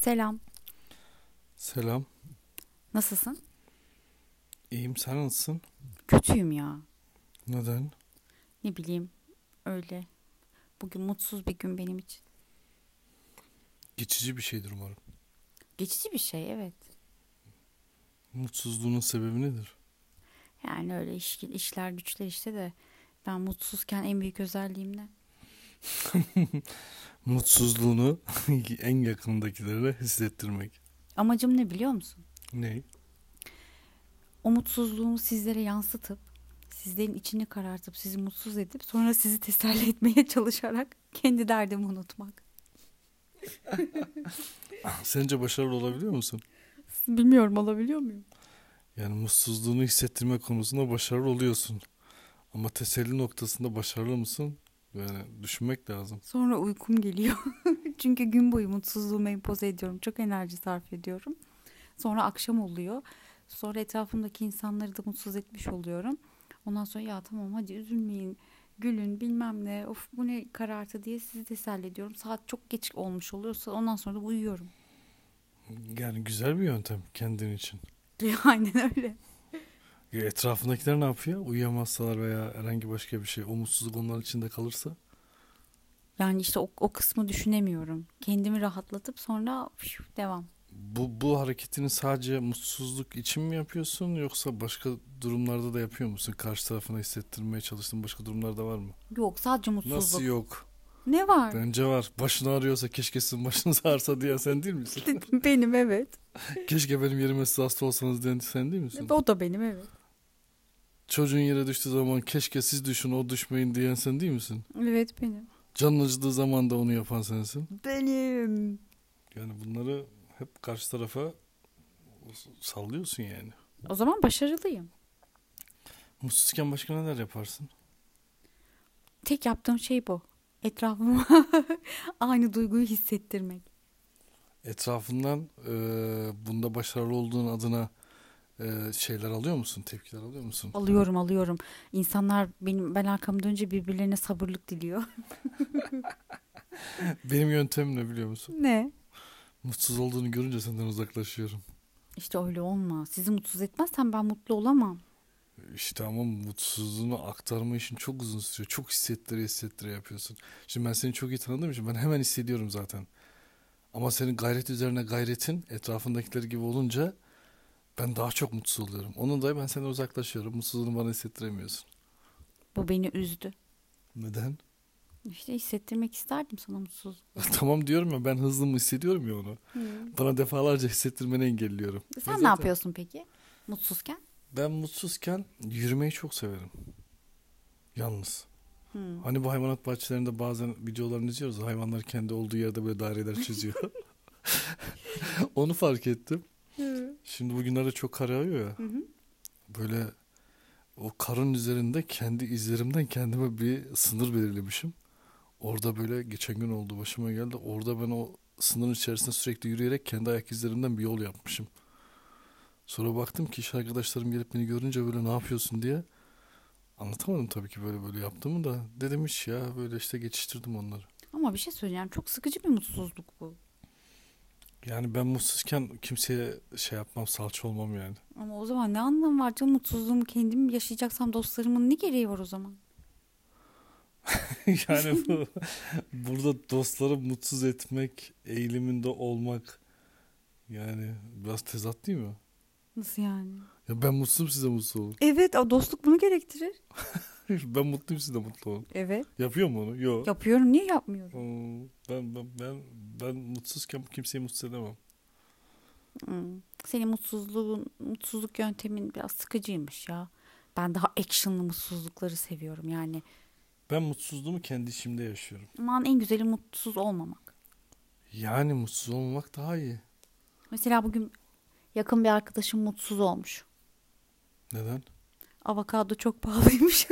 Selam. Selam. Nasılsın? İyiyim. Sen nasılsın? Kötüyüm ya. Neden? Ne bileyim. Öyle. Bugün mutsuz bir gün benim için. Geçici bir şeydir umarım. Geçici bir şey, evet. Mutsuzluğunun sebebi nedir? Yani öyle işler güçler işte de ben mutsuzken en büyük özelliğim ne? Mutsuzluğunu en yakındakilere hissettirmek. Amacım ne biliyor musun? Ne? O mutsuzluğumu sizlere yansıtıp sizlerin içini karartıp sizi mutsuz edip sonra sizi teselli etmeye çalışarak kendi derdimi unutmak. Sence başarılı olabiliyor musun? Bilmiyorum, olabiliyor muyum? Yani mutsuzluğunu hissettirme konusunda başarılı oluyorsun. Ama teselli noktasında başarılı mısın? Yani düşünmek lazım. Sonra uykum geliyor. Çünkü gün boyu mutsuzluğumu empoze ediyorum. Çok enerji sarf ediyorum. Sonra akşam oluyor. Sonra etrafımdaki insanları da mutsuz etmiş oluyorum. Ondan sonra ya tamam hadi üzülmeyin, gülün bilmem ne, of bu ne karartı diye sizi teselli ediyorum. Saat çok geç olmuş oluyorsa ondan sonra da uyuyorum. Yani güzel bir yöntem kendin için. Aynen öyle. Ya etrafındakiler ne yapıyor? Uyuyamazsalar veya herhangi başka bir şey. O mutsuzluk onların içinde kalırsa. Yani işte o kısmı düşünemiyorum. Kendimi rahatlatıp sonra devam. Bu hareketini sadece mutsuzluk için mi yapıyorsun yoksa başka durumlarda da yapıyor musun? Karşı tarafına hissettirmeye çalıştığın başka durumlarda var mı? Yok, sadece Nasıl mutsuzluk. yok? Ne var? Bence var. Başını ağrıyorsa keşke sizin başınız ağrısa diyen sen değil misin? Benim, evet. Keşke benim yerime siz hasta olsanız diyen sen değil misin? O da benim, evet. Çocuğun yere düştüğü zaman keşke siz düşün o düşmeyin diyen sen değil misin? Evet, benim. Canın acıdığı zaman da onu yapan sensin. Benim. Yani bunları hep karşı tarafa sallıyorsun yani. O zaman başarılıyım. Mutsuzken başka neler yaparsın? Tek yaptığım şey bu. Etrafıma aynı duyguyu hissettirmek. Etrafından bunda başarılı olduğun adına şeyler alıyor musun? Tepkiler alıyor musun? Alıyorum. İnsanlar ben arkamı dönünce birbirlerine sabırlık diliyor. Benim yöntemim ne biliyor musun? Ne? Mutsuz olduğunu görünce senden uzaklaşıyorum. İşte öyle olma. Sizi mutsuz etmezsem ben mutlu olamam. İşte ama mutsuzluğunu aktarma işin çok uzun sürüyor. Çok hissettire yapıyorsun. Şimdi ben seni çok iyi tanıdığım için ben hemen hissediyorum zaten. Ama senin gayret üzerine gayretin etrafındakiler gibi olunca ben daha çok mutsuz oluyorum. Onun da ben senden uzaklaşıyorum. Mutsuzluğunu bana hissettiremiyorsun. Bu beni üzdü. Neden? İşte hissettirmek isterdim sana mutsuzluğu. Tamam diyorum ya ben hızlı mı hissediyorum ya onu. Bana defalarca hissettirmeni engelliyorum. Ve Sen ne zaten yapıyorsun peki? Mutsuzken? ben mutsuzken yürümeyi çok severim. Yalnız. Hmm. Hani bu hayvanat bahçelerinde bazen videolarını izliyoruz. Hayvanlar kendi olduğu yerde böyle daireler çiziyor. Onu fark ettim. Şimdi bugünlerde çok kar yağıyor ya. Böyle o karın üzerinde kendi izlerimden kendime bir sınır belirlemişim. Orada böyle geçen gün oldu başıma geldi. Orada ben o sınırın içerisinde sürekli yürüyerek kendi ayak izlerimden bir yol yapmışım. Sonra baktım ki iş arkadaşlarım gelip beni görünce böyle ne yapıyorsun diye. Anlatamadım tabii ki böyle yaptığımı da. Dedim hiç ya böyle işte geçiştirdim onları. Ama bir şey söyleyeceğim. Çok sıkıcı bir mutsuzluk bu. Yani ben mutsuzken kimseye şey yapmam, salça olmam yani. Ama o zaman ne anlamı var canım, mutsuzluğumu kendim yaşayacaksam dostlarımın ne gereği var o zaman? Yani burada dostları mutsuz etmek, eğiliminde olmak yani biraz tezat değil mi? Nasıl yani? Ya ben mutsuzum siz de mutsuz olun. Evet, o dostluk bunu gerektirir. Ben mutluyum siz de mutlu olun. Evet. Yapıyor mu onu? Yok. Yapıyorum, niye yapmıyorum? Ben mutsuzken kimseyi mutsuz edemem. Senin mutsuzluk yöntemin biraz sıkıcıymış ya. Ben daha actionlı mutsuzlukları seviyorum yani. Ben mutsuzluğumu kendi içimde yaşıyorum. Aman en güzeli mutsuz olmamak. Yani mutsuz olmamak daha iyi. Mesela bugün yakın bir arkadaşım mutsuz olmuş. Neden? Avokado çok pahalıymış.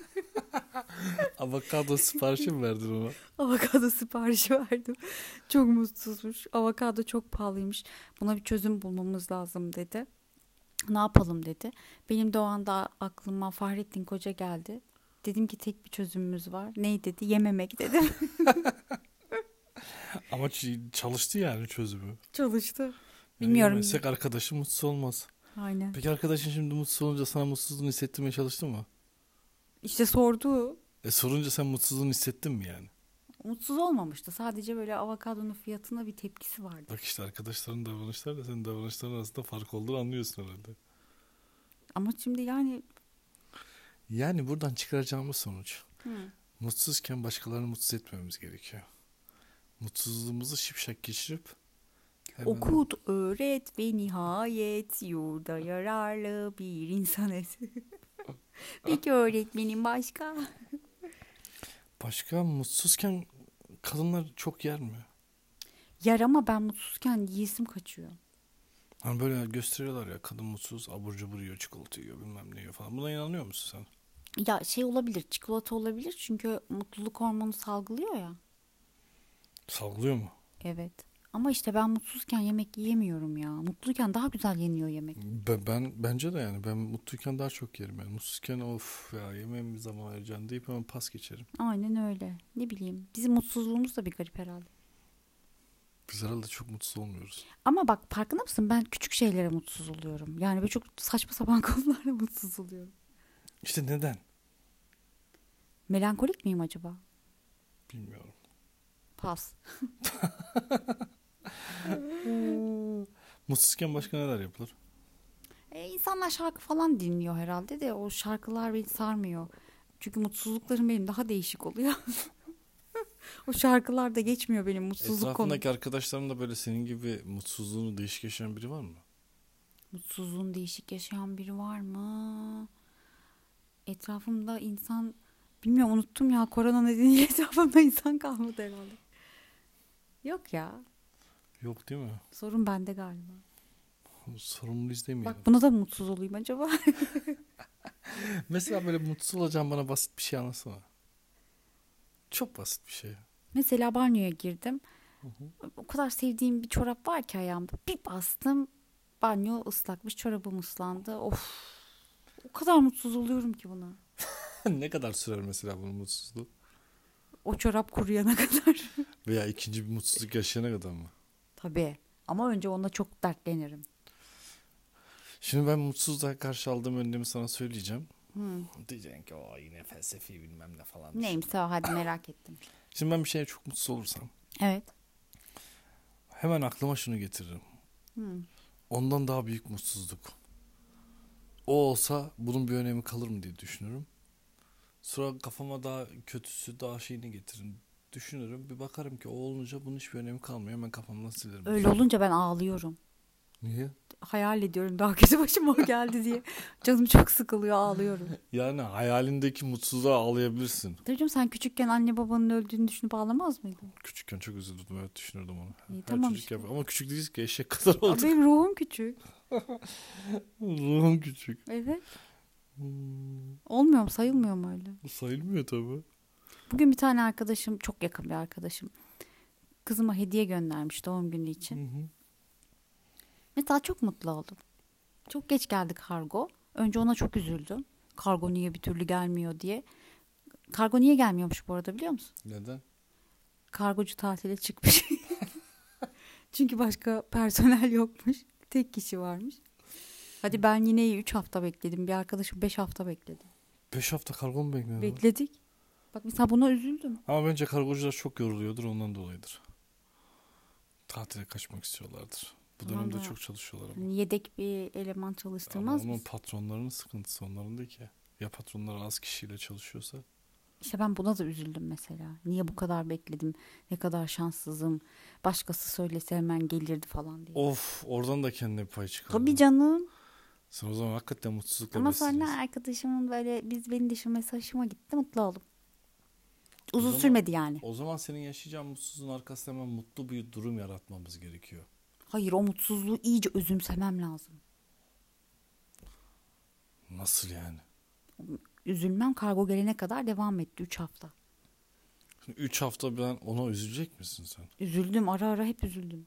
Avokado siparişi mi verdin ona? Avokado siparişi verdim. Çok mutsuzmuş. Avokado çok pahalıymış. Buna bir çözüm bulmamız lazım dedi. Ne yapalım dedi. Benim de o anda aklıma Fahrettin Koca geldi. Dedim ki tek bir çözümümüz var. Ne dedi? Yememek dedim. Ama çalıştı yani çözümü. Çalıştı. Yani Bilmiyorum. yemezsek arkadaşın mutsuz olmaz. Aynen. Peki arkadaşın şimdi mutsuz olunca sana mutsuzluğunu hissettirmeye çalıştı mı? İşte sordu. Sorunca sen mutsuzluğunu hissettin mi yani? Mutsuz olmamıştı. Sadece böyle avokadonun fiyatına bir tepkisi vardı. Bak işte arkadaşların davranışlarla senin davranışların arasında fark olduğunu anlıyorsun herhalde. Ama şimdi yani Yani buradan çıkaracağımız sonuç. hı. Mutsuzken başkalarını mutsuz etmemiz gerekiyor. Mutsuzluğumuzu şipşak geçirip hemen... Okut, öğret ve nihayet yurda yararlı bir insan et. Peki öğretmenim başka? Başka mutsuzken kadınlar çok yer mi? Yer ama ben mutsuzken yiyesim kaçıyor. Hani böyle gösteriyorlar ya, kadın mutsuz abur cubur yiyor, çikolata yiyor, bilmem ne yiyor falan. Buna inanıyor musun sen? Ya şey olabilir, çikolata olabilir çünkü mutluluk hormonu salgılıyor ya. Salgılıyor mu? Evet. Ama işte ben mutsuzken yemek yiyemiyorum ya. Mutluyken daha güzel yeniyor yemek. Bence de yani ben mutluyken daha çok yerim yani. Mutsuzken of ya yemeğe bir zaman ayıracaksın deyip hemen pas geçerim. Aynen öyle. Ne bileyim. Bizim mutsuzluğumuz da bir garip herhalde. Biz herhalde çok mutsuz olmuyoruz. Ama bak farkında mısın? Ben küçük şeylere mutsuz oluyorum. Yani böyle çok saçma sapan konularla mutsuz oluyorum. İşte neden? Melankolik miyim acaba? Bilmiyorum. Pas. Mutsuzken başka neler yapılır? İnsanlar şarkı falan dinliyor herhalde de o şarkılar beni sarmıyor. Çünkü mutsuzluklarım benim daha değişik oluyor. O şarkılar da geçmiyor benim mutsuzluk konum. Etrafındaki arkadaşların da böyle senin gibi mutsuzluğunu değişik yaşayan biri var mı? Mutsuzluğunu değişik yaşayan biri var mı? Etrafımda insan bilmiyorum unuttum ya korona nedeniyle etrafımda insan kalmadı herhalde. Yok ya. Yok değil mi? Sorun bende galiba. Sorumluyuz demeyelim. Bak buna da mı mutsuz olayım acaba? Mesela böyle mutsuz olacağım, bana basit bir şey anlatsana. Çok basit bir şey. Mesela banyoya girdim. Hı hı. O kadar sevdiğim bir çorap var ki ayağımda. Bir bastım. Banyo ıslakmış. Çorabım ıslandı. Of. O kadar mutsuz oluyorum ki buna. Ne kadar sürer mesela bunun mutsuzluğu? O çorap kuruyana kadar. Veya ikinci bir mutsuzluk yaşayana kadar mı? Tabii. Ama önce onunla çok dertlenirim. Şimdi ben mutsuzluğa karşı aldığım önlemi sana söyleyeceğim. Hmm. Diyeceksin ki o yine felsefi bilmem ne falan. Neyse o hadi merak ettim. Şimdi ben bir şeye çok mutsuz olursam Evet. hemen aklıma şunu getiririm. Hmm. Ondan daha büyük mutsuzluk. O olsa bunun bir önemi kalır mı diye düşünürüm. Sonra kafama daha kötüsü, daha şeyini getiririm. Düşünürüm. Bir bakarım ki o olunca bunun hiçbir önemi kalmıyor. Hemen kafamdan silerim. Öyle olunca ben ağlıyorum. Niye? Hayal ediyorum daha kötü başıma o geldi diye. Canım çok sıkılıyor ağlıyorum. Yani hayalindeki mutsuzluğa ağlayabilirsin. Tabii canım sen küçükken anne babanın öldüğünü düşünüp ağlamaz mıydın? Küçükken çok üzüldüm. Evet, düşünürdüm onu. İyi, Her tamam çocuk işte. yapar. Ama küçük değiliz ki, eşek kadar Aa, olduk. benim ruhum küçük. Ruhum küçük. Evet. Hmm, Olmuyor mu sayılmıyor mu öyle? bu sayılmıyor tabii. Bugün bir tane arkadaşım çok yakın bir arkadaşım. Kızıma hediye göndermiş doğum günü Hı için. hı. Mesela çok mutlu oldum. Çok geç geldi kargo. Önce ona çok üzüldüm. Kargo niye bir türlü gelmiyor diye. Kargo niye gelmiyormuş bu arada biliyor musun? Neden? Kargocu tatile çıkmış. Çünkü başka personel yokmuş. Tek kişi varmış. Hadi ben yine 3 hafta bekledim. Bir arkadaşım 5 hafta bekledi. 5 hafta kargo mu bekliyorsun? Bekledik. Bak mesela buna üzüldüm. Ama bence kargocular çok yoruluyordur, ondan dolayıdır. Tatile kaçmak istiyorlardır. Bu Tamam dönemde da çok çalışıyorlar ama. hani yedek bir eleman Ama çalıştırmaz onun mısın? patronlarının sıkıntısı, onların da ki. Ya patronlar az kişiyle çalışıyorsa. İşte ben buna da üzüldüm mesela. Niye bu kadar bekledim? Ne kadar şanssızım. Başkası söylese hemen gelirdi falan diye. Of, oradan da kendine bir pay çıkardın. Tabii canım. Sen o zaman hakikaten mutsuzlukla Ama sonra besleyeceksin. arkadaşımın böyle beni düşünmesi hoşuma gitti. Mutlu oldum. Uzun zaman- sürmedi yani. O zaman senin yaşayacağın mutsuzluğun arkasında hemen mutlu bir durum yaratmamız gerekiyor. Hayır o mutsuzluğu iyice özümsemem lazım. Nasıl yani? Üzülmem kargo gelene kadar devam etti 3 hafta. 3 hafta ben ona üzülecek misin sen? Üzüldüm ara ara hep üzüldüm.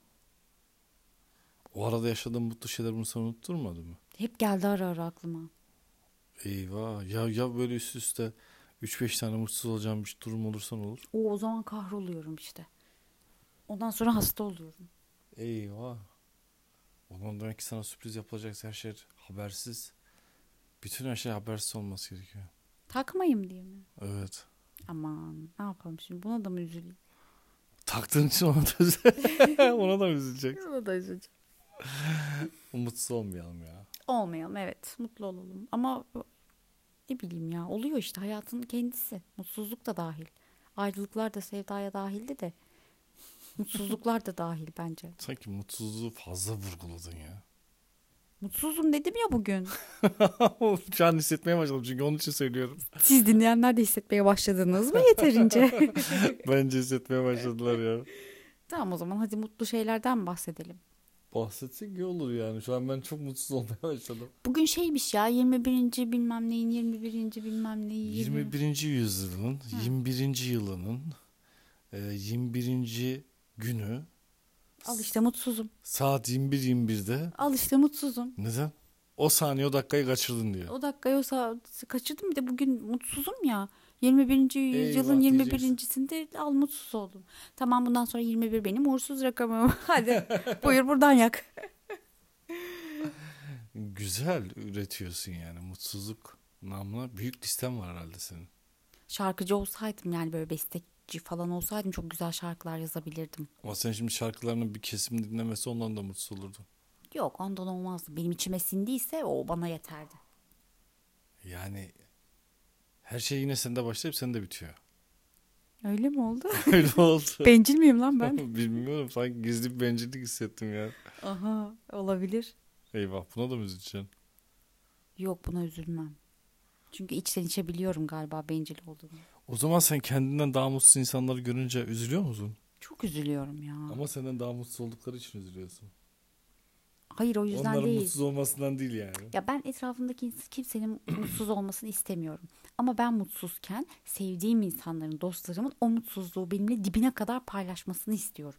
O arada yaşadığın mutlu şeyler bunu sana unutturmadı mı? Hep geldi ara ara aklıma. Eyvah. Ya böyle üst üste 3-5 tane mutsuz olacağım bir durum olursa ne olur? O zaman kahroluyorum işte. Ondan sonra hasta oluyorum. Eyvah. Ondan demek ki sana sürpriz yapılacaksa her şey habersiz. Bütün her şey habersiz olması gerekiyor. Takmayayım diye mi? Evet. Aman ne yapalım şimdi, buna da mı üzüleyim? Taktığın için ona da ona da mı üzüleceksin? Buna da üzüleceğim. Umutsuz olmayalım ya. Olmayalım, evet, mutlu olalım. Ama ne bileyim ya, oluyor işte hayatın kendisi. Mutsuzluk da dahil. Ayrılıklar da sevdaya dahildi de. Mutsuzluklar da dahil bence. Sanki mutsuzluğu fazla vurguladın ya. Mutsuzum dedim ya bugün. Şu an hissetmeye başladım çünkü onun için söylüyorum. Siz dinleyenler de hissetmeye başladınız mı yeterince? Bence hissetmeye başladılar ya. Tamam, o zaman hadi mutlu şeylerden bahsedelim. Bahsetsek iyi olur yani. Şu an ben çok mutsuz olmaya başladım. Bugün şeymiş ya, 21. bilmem neyin 21. bilmem neyi. 21. yüzyılın 21. yılının 21. günü Al işte mutsuzum. saat 21.21'de. Al işte mutsuzum. Neden? O saniye o dakikayı kaçırdın diyor. O dakikayı o saat kaçırdım, bir de bugün mutsuzum ya. 21. yüzyılın Eyvah 21.sinde al mutsuz oldum. Tamam, bundan sonra 21 benim uğursuz rakamım. Hadi buyur buradan yak. Güzel üretiyorsun yani. Mutsuzluk namına büyük listem var herhalde senin. Şarkıcı olsaydım, yani böyle besteci falan olsaydım, çok güzel şarkılar yazabilirdim. Ama sen şimdi şarkılarının bir kesim dinlemesi ondan da mutsuz olurdun. Yok, ondan olmazdı. Benim içime sindiyse o bana yeterdi. Yani her şey yine sende başlayıp sende bitiyor. Öyle mi oldu? Öyle oldu. Bencil miyim lan ben? Bilmiyorum, sanki gizli bir bencillik hissettim ya. Aha, olabilir. Eyvah, buna da mı üzüleceksin? Yok, buna üzülmem. Çünkü içten içe biliyorum galiba bencil olduğumu. O zaman sen kendinden daha mutsuz insanları görünce üzülüyor musun? Çok üzülüyorum ya. Ama senden daha mutsuz oldukları için üzülüyorsun. Hayır, o yüzden Onların değil. mutsuz olmasından değil yani. Ya ben etrafımdaki kimsenin mutsuz olmasını istemiyorum. Ama ben mutsuzken sevdiğim insanların, dostlarımın o mutsuzluğu benimle dibine kadar paylaşmasını istiyorum.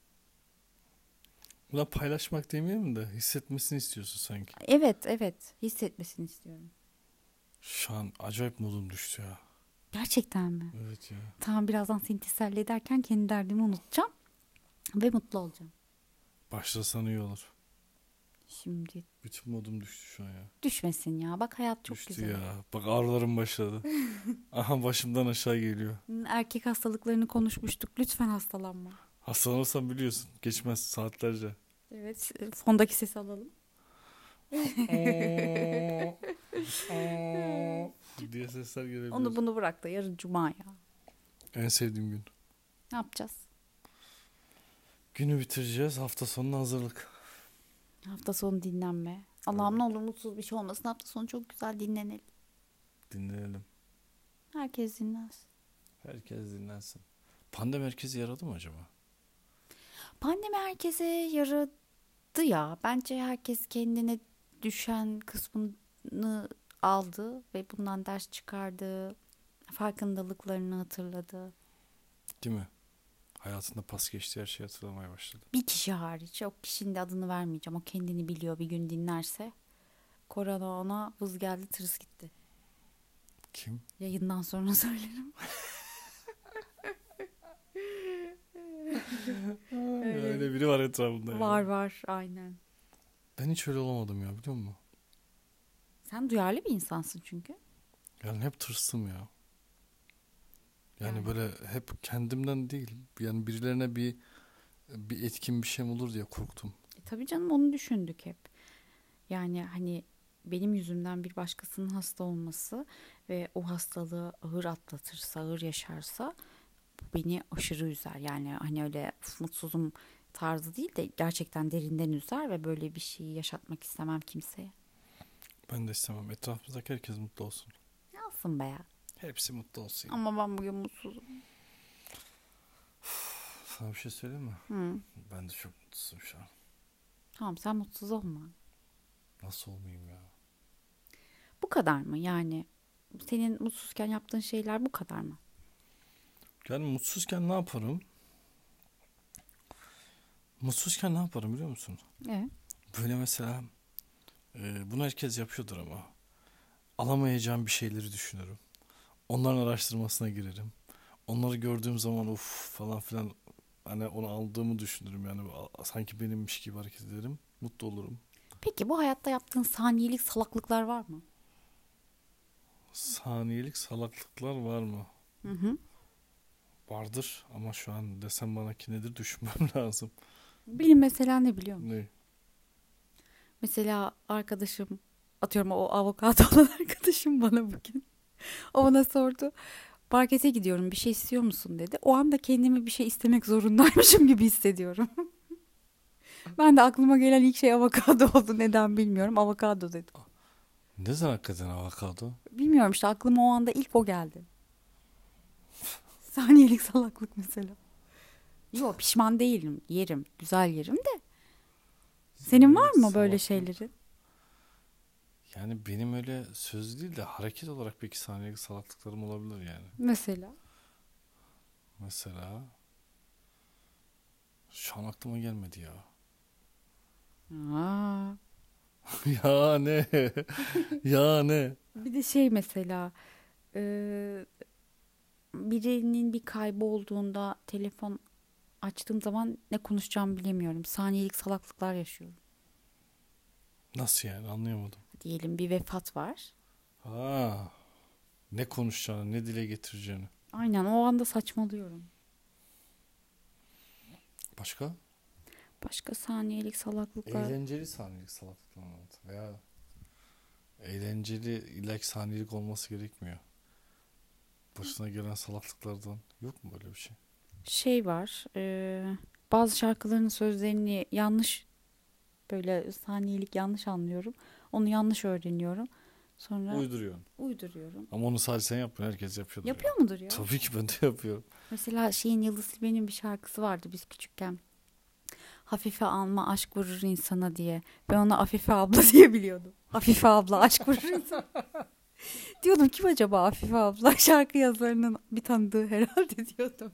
Buna paylaşmak demeyelim de hissetmesini istiyorsun sanki. Evet, evet, hissetmesini istiyorum. Şu an acayip modum düştü ya. Gerçekten mi? Evet ya. Tamam, birazdan seni teselli ederken kendi derdimi unutacağım ve mutlu olacağım. Başlasan iyi olur. Şimdi Bütün modum düştü şu an ya. düşmesin ya. Bak, hayat çok Düştü güzel. ya. Bak ağrılarım başladı. Aha, başımdan aşağı geliyor. Erkek hastalıklarını konuşmuştuk. Lütfen hastalanma. Hastalanırsam biliyorsun geçmez saatlerce. Evet, fondaki sesi alalım. diye sesler gelebilir. Onu bunu bırak da yarın cuma ya. En sevdiğim gün. Ne yapacağız? Günü bitireceğiz. Hafta sonuna hazırlık. Hafta sonu dinlenme. Allah'ım ne olur mutsuz bir şey olmasın. Hafta sonu çok güzel dinlenelim. Dinleyelim. Herkes dinlensin. Herkes dinlensin. Pandemi herkese yaradı mı acaba? Pandemi herkese yaradı ya. Bence herkes kendine düşen kısmını aldı ve bundan ders çıkardı. Farkındalıklarını hatırladı. Değil mi? Hayatında pas geçtiği her şeyi hatırlamaya başladı. Bir kişi hariç, o kişinin de adını vermeyeceğim. O kendini biliyor, bir gün dinlerse. Korona ona vız geldi, tırıs gitti. Kim? Yayından sonra söylerim. Öyle biri var etrafında. Yani. Var aynen. Ben hiç öyle olamadım ya, biliyor musun? Sen duyarlı bir insansın çünkü. Yani hep tırstım ya. Yani böyle hep kendimden değil. Yani birilerine bir etkin bir şey mi olur diye korktum. Tabii canım, onu düşündük hep. Yani hani benim yüzümden bir başkasının hasta olması ve o hastalığı ağır atlatırsa, ağır yaşarsa bu beni aşırı üzer. Yani hani öyle mutsuzum tarzı değil de gerçekten derinden üzer ve böyle bir şeyi yaşatmak istemem kimseye. Ben de istemem. Etrafımızdaki herkes mutlu olsun. Ne olsun be ya. Hepsi mutlu olsun. Ama ben bugün mutsuzum. Sana bir şey söyleyeyim mi? Hı. Ben de çok mutsuzum şu an. Tamam, sen mutsuz olma. Nasıl olmayayım ya? Bu kadar mı? Yani senin mutsuzken yaptığın şeyler bu kadar mı? Yani mutsuzken ne yaparım? Mutsuzken ne yaparım biliyor musun? Evet. Böyle mesela bunu herkes yapıyordur ama alamayacağım bir şeyleri düşünürüm. Onların araştırmasına girerim. Onları gördüğüm zaman of falan filan hani onu aldığımı düşünürüm yani sanki benimmiş gibi hareket ederim. Mutlu olurum. Peki bu hayatta yaptığın saniyelik salaklıklar var mı? Saniyelik salaklıklar var mı? Hı hı. Vardır ama şu an desem bana ki nedir düşünmem lazım. Benim mesela ne biliyor musun? Ne? Mesela arkadaşım, atıyorum o avokado olan arkadaşım bana bugün. O bana sordu. Markete gidiyorum, bir şey istiyor musun dedi. O anda kendimi bir şey istemek zorundaymışım gibi hissediyorum. Ben de aklıma gelen ilk şey avokado oldu. Neden bilmiyorum. Avokado dedim. Ne zaman hakikaten avokado? Bilmiyorum işte, aklıma o anda ilk o geldi. Saniyelik salaklık mesela. Yok, pişman değilim. Yerim. Güzel yerim de. Senin var mı böyle Salaklık. şeyleri? Yani benim öyle söz değil de hareket olarak belki saniyelik salaklıklarım olabilir yani. Mesela. Mesela şu an aklıma gelmedi ya. Aa. Ya ne? Ya ne? Bir de şey mesela. e, Birinin bir kaybı olduğunda telefon açtığım zaman ne konuşacağımı bilemiyorum. Saniyelik salaklıklar yaşıyorum. Nasıl yani anlayamadım. Diyelim bir vefat var. Ha, ne konuşacağını, ne dile getireceğini. Aynen, o anda saçmalıyorum. Başka? Başka saniyelik salaklıklar. Eğlenceli saniyelik salaklıklar anlat. Veya eğlenceli illa ki saniyelik olması gerekmiyor. Başına gelen salaklıklardan yok mu böyle bir şey? Şey var. Bazı şarkıların sözlerini yanlış, böyle saniyelik yanlış anlıyorum. Onu yanlış öğreniyorum. Sonra Uyduruyorsun. uyduruyorum. Ama onu sadece sen yapmıyorsun. Herkes yapıyordur ya. Yapıyor mudur ya? Tabii ki ben de yapıyorum. Mesela şeyin, Yıldız Tilbe'nin bir şarkısı vardı biz küçükken. Hafife alma, aşk vurur insana diye. Ben ona Afife abla diye biliyordum. Afife abla aşk vurur insana. Diyordum kim acaba Afife abla? Şarkı yazarının bir tanıdığı herhalde diyordum.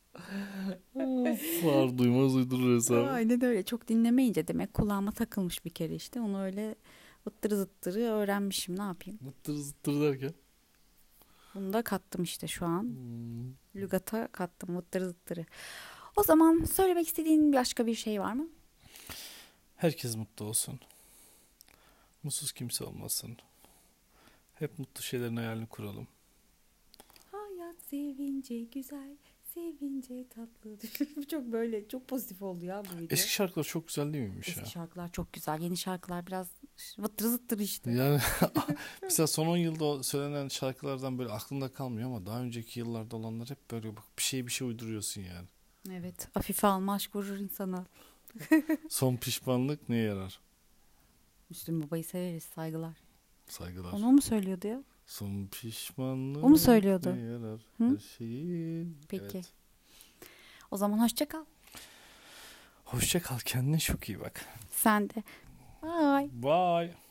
Var duymaz uydurur hesabı. Aynen öyle. Çok dinlemeyince demek kulağıma takılmış bir kere işte. Onu öyle vıttırı zıttırı öğrenmişim, ne yapayım. Zıttır zıttır derken. Bunu da kattım işte şu an. Hmm. Lügata kattım vıttırı zıttırı. O zaman söylemek istediğin başka bir şey var mı? Herkes mutlu olsun. Mutsuz kimse olmasın. Hep mutlu şeylerin hayalini kuralım. Hayat sevince güzel, sevince tatlıdır. Çok böyle, çok pozitif oldu ya bu video. Eski şarkılar çok güzel değil miymiş ya? Eski şarkılar çok güzel. Yeni şarkılar biraz vıttır zıttır işte. Yani mesela son 10 yılda söylenen şarkılardan böyle aklımda kalmıyor ama daha önceki yıllarda olanlar hep böyle bak bir şey uyduruyorsun yani. Evet. Hafife alma, aşk vurur insana. Son pişmanlık neye yarar? Müslüm Baba'yı severiz. Saygılar. Saygılar. Onu mu söylüyordu ya? Son pişmanlık O mu söylüyordu? neye yarar? Hı? Her şeyin. Peki. Evet. O zaman hoşça kal. Hoşça kal, kendine çok iyi bak. Sen de. Bye. Bye.